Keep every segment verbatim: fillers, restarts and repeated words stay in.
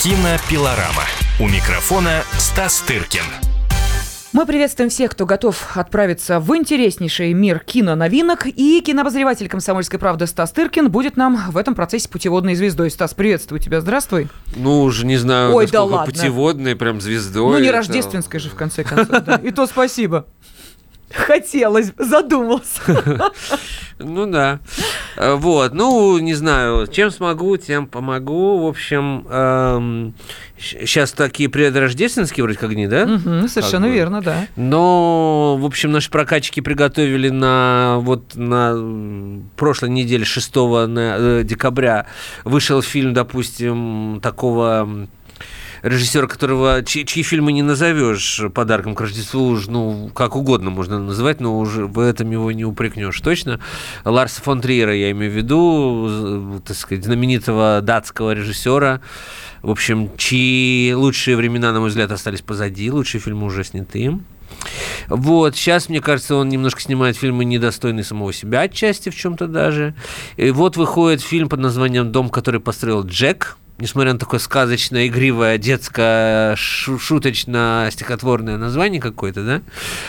Кинопилорама. У микрофона Стас Тыркин. Мы приветствуем всех, кто готов отправиться в интереснейший мир киноновинок. И кинообозреватель «Комсомольской правды» Стас Тыркин будет нам в этом процессе путеводной звездой. Стас, приветствую тебя, здравствуй. Ну, уже не знаю, Ой, насколько да ладно. путеводной, прям звездой. Ну, не это... рождественской же, в конце концов. Да. И то спасибо. Хотелось, задумался. Ну да. Вот, ну, не знаю, чем смогу, тем помогу. В общем, эм, сейчас такие предрождественские вроде как дни, да? Угу, совершенно как верно, да. Но, в общем, наши прокатчики приготовили на вот на прошлой неделе, шестого декабря, вышел фильм, допустим, такого... режиссера, которого, чьи, чьи фильмы не назовешь подарком к Рождеству, уж, ну, как угодно можно называть, но уже в этом его не упрекнешь точно. Ларса фон Триера, я имею в виду, так сказать, знаменитого датского режиссера, в общем, чьи лучшие времена, на мой взгляд, остались позади, лучшие фильмы уже сняты им. Вот, сейчас, мне кажется, он немножко снимает фильмы, недостойные самого себя отчасти в чем-то даже. И вот выходит фильм под названием «Дом, который построил Джек». Несмотря на такое сказочное, игривое, детское, шуточно-стихотворное название какое-то, да?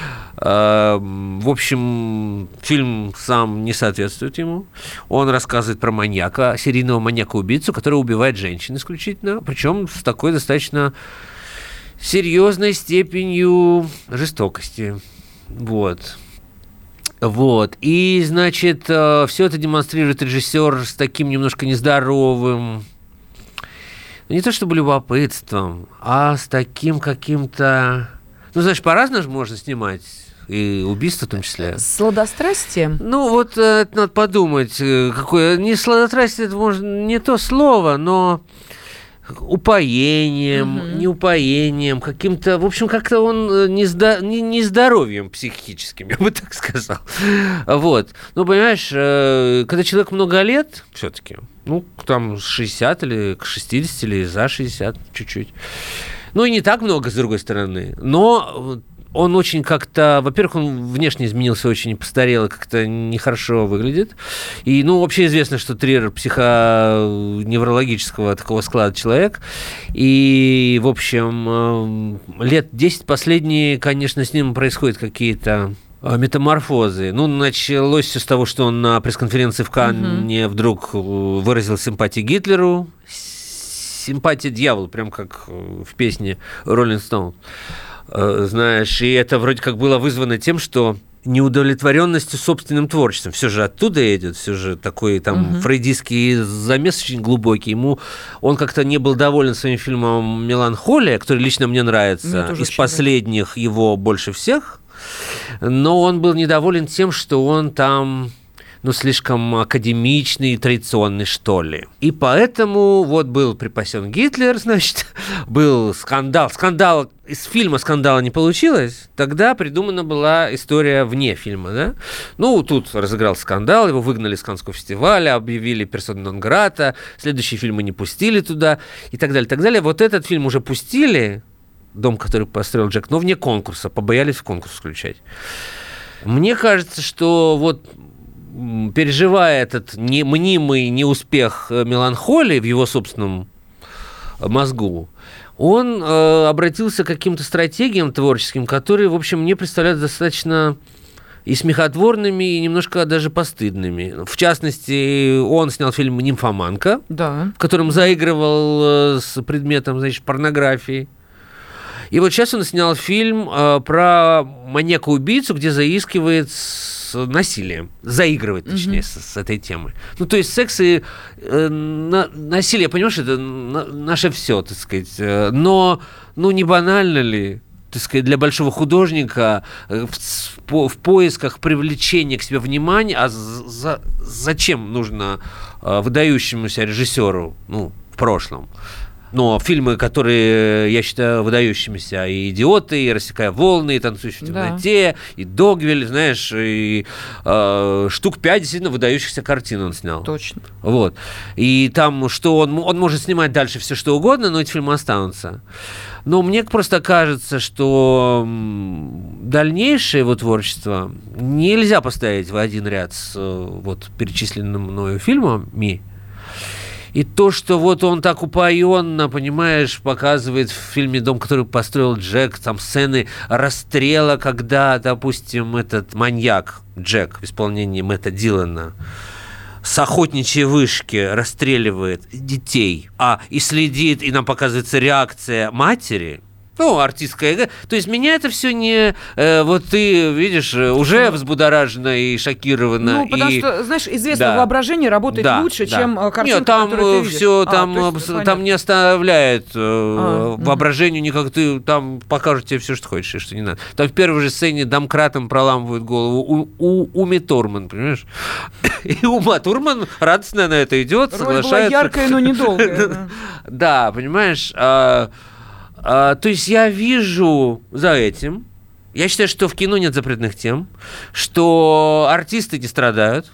В общем, фильм сам не соответствует ему. Он рассказывает про маньяка, серийного маньяка-убийцу, который убивает женщин исключительно, причем с такой достаточно серьезной степенью жестокости. Вот. Вот. И, значит, все это демонстрирует режиссер с таким немножко нездоровым, не то чтобы любопытством, а с таким каким-то... Ну, знаешь, по-разному же можно снимать, и убийство в том числе. Сладострастие? Ну, вот это надо подумать, какое... Не сладострастие, это, может, не то слово, но упоением, угу. не упоением, каким-то... В общем, как-то он нездо... нездоровьем психическим, я бы так сказал. Вот. Ну, понимаешь, когда человек много лет, все-таки... Ну, там с шестидесяти или к шестидесяти, или за шестьдесят чуть-чуть. Ну, и не так много, с другой стороны. Но он очень как-то... Во-первых, он внешне изменился, очень постарел и как-то нехорошо выглядит. И, ну, вообще известно, что Триер психоневрологического такого склада человек. И, в общем, лет десять последние, конечно, с ним происходят какие-то... метаморфозы. Ну, началось все с того, что он на пресс-конференции в Канне uh-huh. вдруг выразил симпатию Гитлеру. Симпатия дьяволу, прям как в песне Rolling Stone. Знаешь, и это вроде как было вызвано тем, что неудовлетворенностью собственным творчеством. Все же оттуда идет, все же такой там uh-huh. фрейдистский замес очень глубокий. Ему он как-то не был доволен своим фильмом «Меланхолия», который лично мне нравится, из последних нравится. Его больше всех. Но он был недоволен тем, что он там, ну, слишком академичный и традиционный, что ли. И поэтому вот был припасен Гитлер, значит, был скандал. Скандал из фильма скандала не получилось, тогда придумана была история вне фильма, да? Ну, тут разыгрался скандал, его выгнали с Каннского фестиваля, объявили персона нон грата, следующие фильмы не пустили туда и так далее, так далее. Вот этот фильм уже пустили, «Дом, который построил Джек», но вне конкурса, побоялись в конкурс включать. Мне кажется, что вот переживая этот не, мнимый неуспех «Меланхолии» в его собственном мозгу, он э, обратился к каким-то стратегиям творческим, которые, в общем, мне представляют достаточно и смехотворными, и немножко даже постыдными. В частности, он снял фильм «Нимфоманка», да. в котором заигрывал э, с предметом, значит, порнографии. И вот сейчас он снял фильм э, про маньяка-убийцу, где заискивает с насилием. Заигрывает, точнее, mm-hmm. с, с этой темой. Ну, то есть секс и э, на, насилие, понимаешь, это на, наше все, так сказать. Э, но, ну, не банально ли, так сказать, для большого художника э, в, по, в поисках привлечения к себе внимания, а за, зачем нужно э, выдающемуся режиссеру, ну, в прошлом, но фильмы, которые я считаю выдающимися, и «Идиоты», и «Рассекая волны», и «Танцующие в темноте», да. и «Догвиль», знаешь, и э, штук пять действительно выдающихся картин он снял. Точно. Вот. И там, что он, он может снимать дальше все, что угодно, но эти фильмы останутся. Но мне просто кажется, что дальнейшее его творчество нельзя поставить в один ряд с вот перечисленным мною фильмами. И то, что вот он так упоенно, понимаешь, показывает в фильме «Дом, который построил Джек», там сцены расстрела, когда, допустим, этот маньяк Джек в исполнении Мэтта Дилана с охотничьей вышки расстреливает детей, а и следит, и нам показывается реакция матери. Ну, артистская эго. То есть меня это все не... Э, вот ты, видишь, уже взбудоражена и шокирована. Ну, потому и... что, знаешь, известно, да. воображение работает да, лучше, да. чем картинка, Нет, там которую ты все, видишь. там, а, есть, там не оставляет э, а, воображению никак. Ты там покажут тебе все, что хочешь, и что не надо. Там в первой же сцене домкратом проламывают голову у, у, Уми Турман, понимаешь? И Ума Турман радостно на это идет, соглашается. Роль была яркая, но недолгая. Да, понимаешь... А, то есть я вижу за этим, я считаю, что в кино нет запретных тем, что артисты не страдают,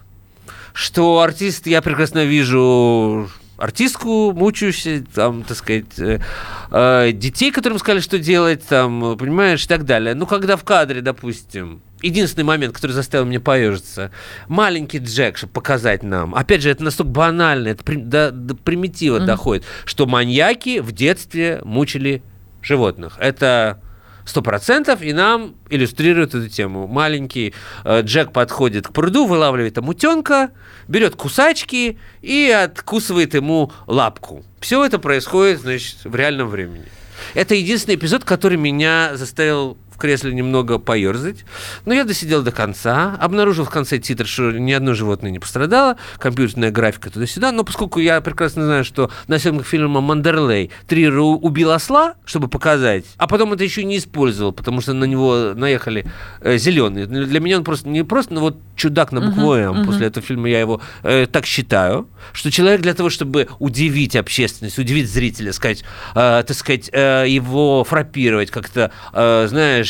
что артист, я прекрасно вижу артистку, мучающуюся, там, так сказать, э, э, детей, которым сказали, что делать, там, понимаешь, и так далее. Ну, когда в кадре, допустим, единственный момент, который заставил меня поежиться, маленький Джек, чтобы показать нам, опять же, это настолько банально, это при, до, до примитива mm-hmm. доходит, что маньяки в детстве мучили животных. Это сто процентов, и нам иллюстрирует эту тему. Маленький э, Джек подходит к пруду, вылавливает там утенка, берет кусачки и откусывает ему лапку. Все это происходит, значит, в реальном времени. Это единственный эпизод, который меня заставил в кресле немного поерзать. Но я досидел до конца, обнаружил в конце титр, что ни одно животное не пострадало, компьютерная графика туда-сюда, но поскольку я прекрасно знаю, что на съемках фильма «Мандерлей» Триер убил осла, чтобы показать, а потом это еще не использовал, потому что на него наехали э, зеленые. Для меня он просто не просто, но вот чудак на букву «М». Uh-huh, uh-huh. После этого фильма я его э, так считаю, что человек для того, чтобы удивить общественность, удивить зрителя, сказать, э, так сказать, э, его фраппировать как-то, э, знаешь,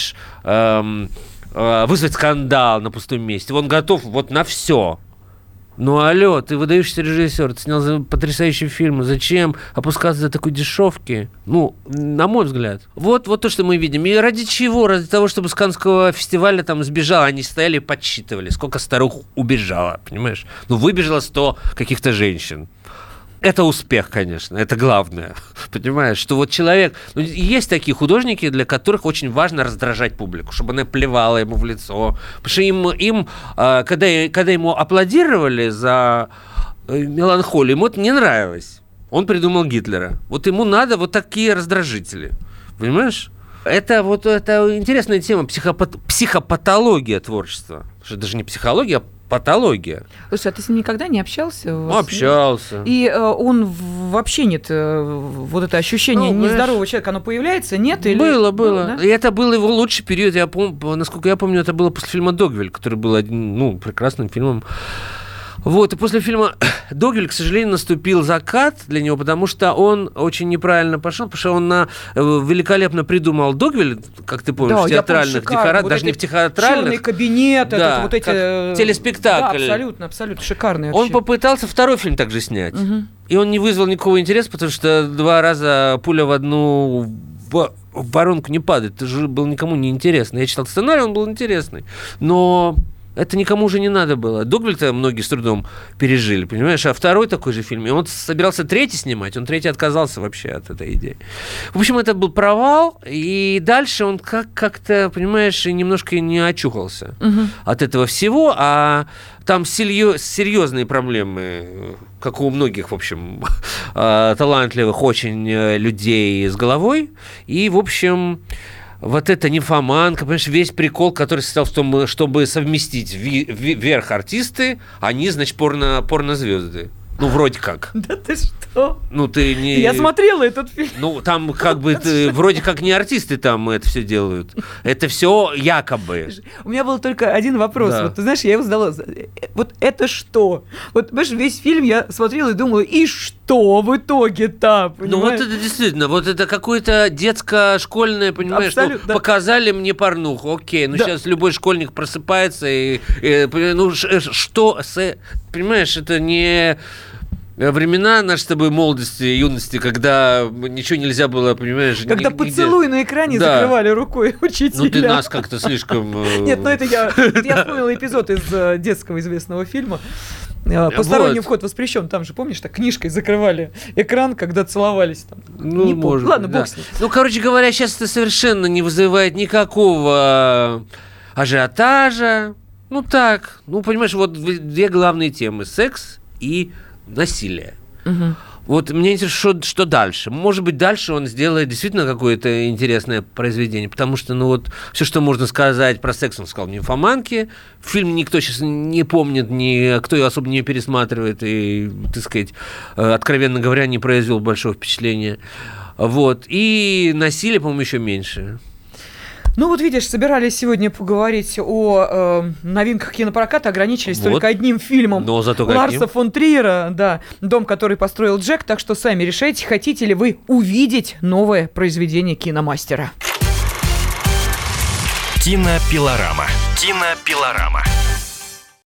Эм, э, вызвать скандал на пустом месте. Он готов вот на все. Ну, алло, ты выдающийся режиссер, ты снял потрясающий фильм. Зачем опускаться до такой дешевки? Ну, на мой взгляд. Вот, вот то, что мы видим. И ради чего? Ради того, чтобы с Каннского фестиваля там сбежало. Они стояли и подсчитывали, сколько старух убежало, понимаешь? Ну, выбежало сто каких-то женщин. Это успех, конечно, это главное, понимаешь, что вот человек... Ну, есть такие художники, для которых очень важно раздражать публику, чтобы она плевала ему в лицо, потому что им, им когда, когда ему аплодировали за «Меланхолию», ему это не нравилось. Он придумал Гитлера. Вот ему надо вот такие раздражители, понимаешь? Это вот это интересная тема, психопат, психопатология творчества, что даже не психология, а патология. Слушай, а ты с ним никогда не общался? Общался. И э, он вообще нет, э, вот это ощущение ну, нездорового знаешь, человека, оно появляется, нет? Или... Было, было. Да? И это был его лучший период, я помню, насколько я помню, это было после фильма «Догвиль», который был один, ну, прекрасным фильмом. Вот, и после фильма «Догвиль», к сожалению, наступил закат для него, потому что он очень неправильно пошел, потому что он на, великолепно придумал «Догвиль», как ты помнишь, да, в театральных декорациях, вот даже не в театральных. Черный кабинет, да, этот, вот эти... телеспектакль. Да, абсолютно, абсолютно шикарный вообще. Он попытался второй фильм также снять, угу. И он не вызвал никакого интереса, потому что два раза пуля в одну... в воронку не падает, это же было никому не интересно. Я читал сценарий, он был интересный, но... Это никому уже не надо было. Догвиль-то многие с трудом пережили, понимаешь? А второй такой же фильм, и он собирался третий снимать, он третий отказался вообще от этой идеи. В общем, это был провал, и дальше он как- как-то, понимаешь, немножко не очухался угу. от этого всего, а там серьезные проблемы, как у многих, в общем, талантливых очень людей с головой, и, в общем... Вот это нимфоманка, понимаешь, весь прикол, который состоял в том, чтобы совместить вверх артисты, они, значит, порно, порнозвезды. Ну, вроде как. Да ты что? Ну, ты не... Я смотрела этот фильм. Ну, там как бы ты, вроде как не артисты там это все делают. Это все якобы. У меня был только один вопрос. Да. Вот, ты знаешь, я его задала. Вот это что? Вот, понимаешь, весь фильм я смотрела и думала, и что в итоге-то? Понимаешь? Ну, вот это действительно, вот это какое-то детско-школьное, понимаешь, ну, да. Показали мне порнуху, окей, ну да. Сейчас любой школьник просыпается и, и ну, что, понимаешь, это не... Времена нашей с тобой молодости, юности, когда ничего нельзя было, понимаешь... Когда нигде... поцелуй на экране да. закрывали рукой учителя. Ну, ты нас как-то слишком... Нет, ну это я... Я вспомнила эпизод из детского известного фильма. Посторонний вот. вход воспрещен. Там же, помнишь, так книжкой закрывали экран, когда целовались. Там. Ну, не может, Ладно, да. бог с ним. Ну, короче говоря, сейчас это совершенно не вызывает никакого ажиотажа. Ну, так. Ну, понимаешь, вот две главные темы. Секс и насилие. Угу. Вот мне интересно, что, что дальше. Может быть, дальше он сделает действительно какое-то интересное произведение, потому что, ну вот, все, что можно сказать про секс, он сказал в «Нимфоманке». Фильм никто сейчас не помнит, ни, кто его особо не пересматривает и, так сказать, откровенно говоря, не произвел большого впечатления. Вот. И насилие, по-моему, еще меньше. Ну вот видишь, собирались сегодня поговорить о э, новинках кинопроката, ограничились вот. только одним фильмом Но зато Ларса каким? фон Триера, да, «Дом, который построил Джек», так что сами решайте, хотите ли вы увидеть новое произведение киномастера. Кинопилорама. Кинопилорама.